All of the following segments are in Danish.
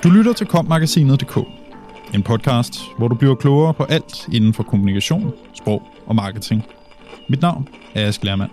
Du lytter til KOM-magasinet.dk, en podcast, hvor du bliver klogere på alt inden for kommunikation, sprog og marketing. Mit navn er Aske Lermand.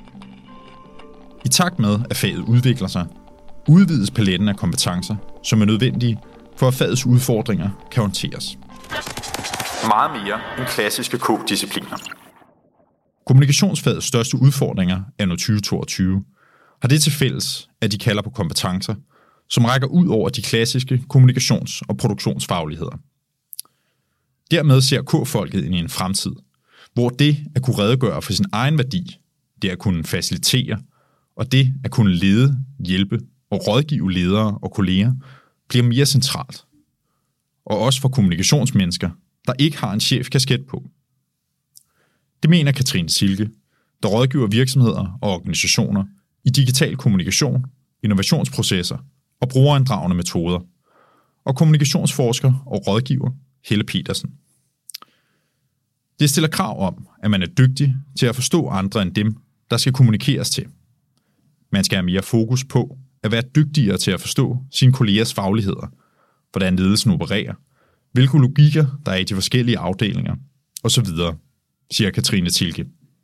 I takt med, at faget udvikler sig, udvides paletten af kompetencer, som er nødvendige for at fagets udfordringer kan håndteres. Meget mere end klassiske K-discipliner. Kommunikationsfagets største udfordringer anno 2022 har det til fælles, at de kalder på kompetencer, som rækker ud over de klassiske kommunikations- og produktionsfagligheder. Dermed ser K-folket ind i en fremtid, hvor det at kunne redegøre for sin egen værdi, det at kunne facilitere, og det at kunne lede, hjælpe og rådgive ledere og kolleger, bliver mere centralt. Og også for kommunikationsmennesker, der ikke har en chefkasket på. Det mener Katrine Thielke, der rådgiver virksomheder og organisationer i digital kommunikation, innovationsprocesser og brugerinddragende metoder, og kommunikationsforsker og rådgiver Helle Petersen. Det stiller krav om, at man er dygtig til at forstå andre end dem, der skal kommunikeres til. Man skal have mere fokus på at være dygtigere til at forstå sine kollegers fagligheder, hvordan ledelsen opererer, hvilke logikker der er i de forskellige afdelinger, osv., siger Katrine Thielke.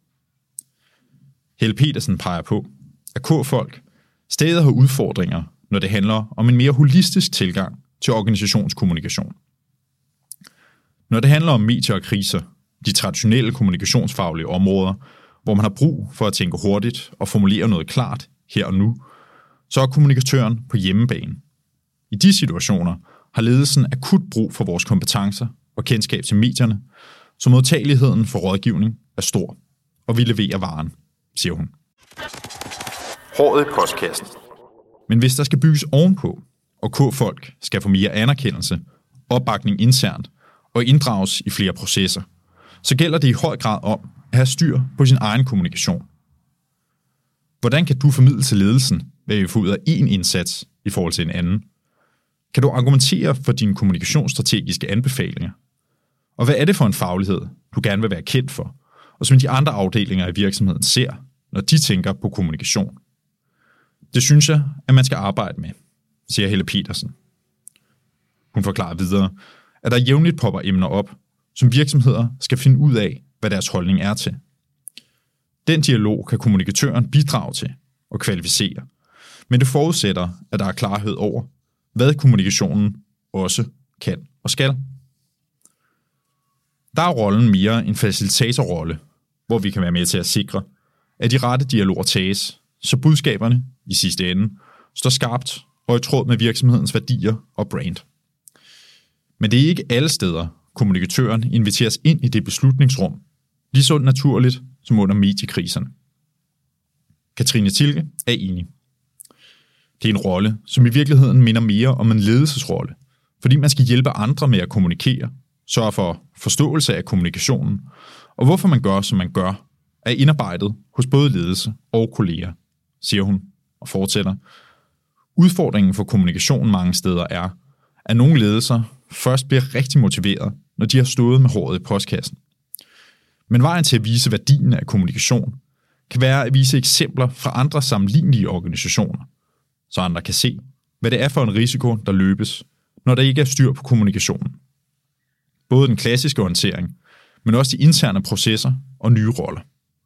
Helle Petersen peger på, at K-folk stadig har udfordringer, når det handler om en mere holistisk tilgang til organisationskommunikation. Når det handler om medier og kriser, de traditionelle kommunikationsfaglige områder, hvor man har brug for at tænke hurtigt og formulere noget klart her og nu, så er kommunikatøren på hjemmebane. I de situationer har ledelsen akut brug for vores kompetencer og kendskab til medierne, så modtageligheden for rådgivning er stor, og vi leverer varen, siger hun. Håret i postkassen. Men hvis der skal bygges ovenpå, og K-folk skal få mere anerkendelse, opbakning internt og inddrages i flere processer, så gælder det i høj grad om at have styr på sin egen kommunikation. Hvordan kan du formidle til ledelsen, hvad vi får ud af én indsats i forhold til en anden? Kan du argumentere for dine kommunikationsstrategiske anbefalinger? Og hvad er det for en faglighed, du gerne vil være kendt for, og som de andre afdelinger i virksomheden ser, når de tænker på kommunikation? Det synes jeg, at man skal arbejde med, siger Helle Petersen. Hun forklarer videre, at der jævnligt popper emner op, som virksomheder skal finde ud af, hvad deres holdning er til. Den dialog kan kommunikatøren bidrage til og kvalificere, men det forudsætter, at der er klarhed over, hvad kommunikationen også kan og skal. Der er rollen mere en facilitatorrolle, hvor vi kan være med til at sikre, at de rette dialoger tages, så budskaberne i sidste ende står skarpt og i tråd med virksomhedens værdier og brand. Men det er ikke alle steder, kommunikatøren inviteres ind i det beslutningsrum, lige så naturligt som under mediekriserne. Katrine Thielke er enig. Det er en rolle, som i virkeligheden minder mere om en ledelsesrolle, fordi man skal hjælpe andre med at kommunikere, sørge for forståelse af kommunikationen, og hvorfor man gør, som man gør, er indarbejdet hos både ledelse og kolleger, siger hun og fortsætter. Udfordringen for kommunikation mange steder er, at nogle ledelser først bliver rigtig motiveret, når de har stået med håret i postkassen. Men vejen til at vise værdien af kommunikation kan være at vise eksempler fra andre sammenlignelige organisationer, så andre kan se, hvad det er for en risiko, der løbes, når der ikke er styr på kommunikationen. Både den klassiske håndtering, men også de interne processer og nye roller.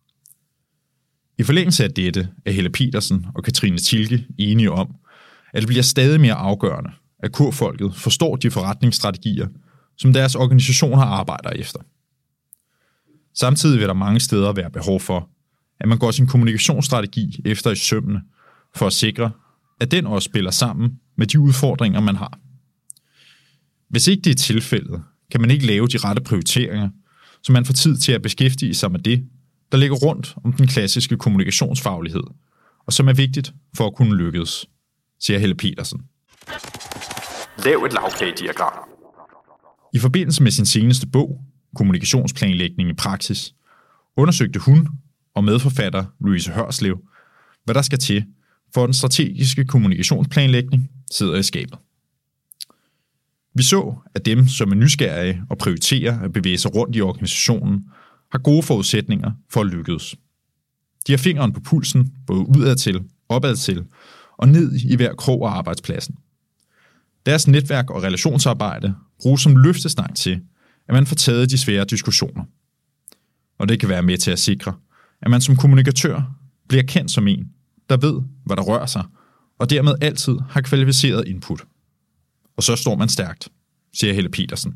I forlængelse af dette er Helle Petersen og Katrine Thielke enige om, at det bliver stadig mere afgørende, at K-folket forstår de forretningsstrategier, som deres organisationer arbejder efter. Samtidig vil der mange steder være behov for, at man går sin kommunikationsstrategi efter i sømmene, for at sikre, at den også spiller sammen med de udfordringer, man har. Hvis ikke det er tilfældet, kan man ikke lave de rette prioriteringer, så man får tid til at beskæftige sig med det, der ligger rundt om den klassiske kommunikationsfaglighed, og som er vigtigt for at kunne lykkes, siger Helle Petersen. Lav et lavkagediagram. I forbindelse med sin seneste bog, Kommunikationsplanlægning i praksis, undersøgte hun og medforfatter Louise Hørslev, hvad der skal til, for den strategiske kommunikationsplanlægning sidder i skabet. Vi så, at dem, som er nysgerrige og prioriterer at bevæge sig rundt i organisationen, har gode forudsætninger for at lykkes. De har fingeren på pulsen, både udadtil, opadtil og ned i hver krog af arbejdspladsen. Deres netværk og relationsarbejde bruges som løftestang til, at man får taget de svære diskussioner. Og det kan være med til at sikre, at man som kommunikatør bliver kendt som en, der ved, hvad der rører sig, og dermed altid har kvalificeret input. Og så står man stærkt, siger Helle Petersen.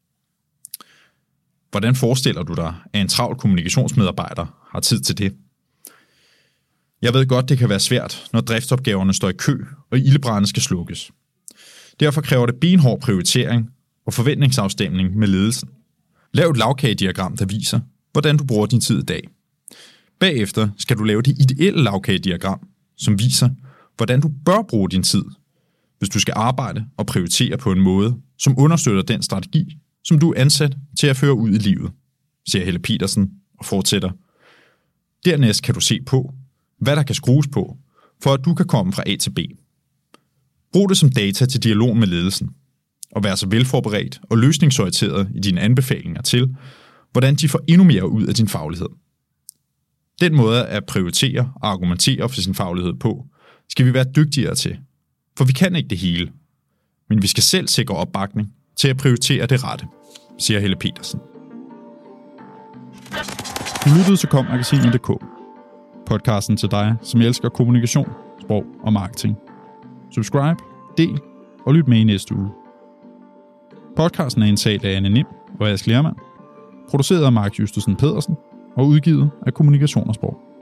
Hvordan forestiller du dig, at en travl kommunikationsmedarbejder har tid til det? Jeg ved godt, det kan være svært, når driftsopgaverne står i kø, og ildebrande skal slukkes. Derfor kræver det benhård prioritering og forventningsafstemning med ledelsen. Lav et lavkagediagram, der viser, hvordan du bruger din tid i dag. Bagefter skal du lave det ideelle lavkagediagram, som viser, hvordan du bør bruge din tid, hvis du skal arbejde og prioritere på en måde, som understøtter den strategi, som du er ansat til at føre ud i livet, siger Helle Petersen og fortsætter. Dernæst kan du se på, hvad der kan skrues på, for at du kan komme fra A til B. Brug det som data til dialog med ledelsen, og vær så velforberedt og løsningsorienteret i dine anbefalinger til, hvordan de får endnu mere ud af din faglighed. Den måde at prioritere og argumentere for sin faglighed på, skal vi være dygtigere til, for vi kan ikke det hele, men vi skal selv sikre opbakning til at prioritere det rette, siger Helle Petersen. Du lyttede til KOM-magasinet.dk, podcasten til dig, som elsker kommunikation, sprog og marketing. Subscribe, del og lyt med i næste uge. Podcasten er indtalt af Anne Nim og Ask Lermand, produceret af Mark Justesen Pedersen og udgivet af Kommunikation og Sprog.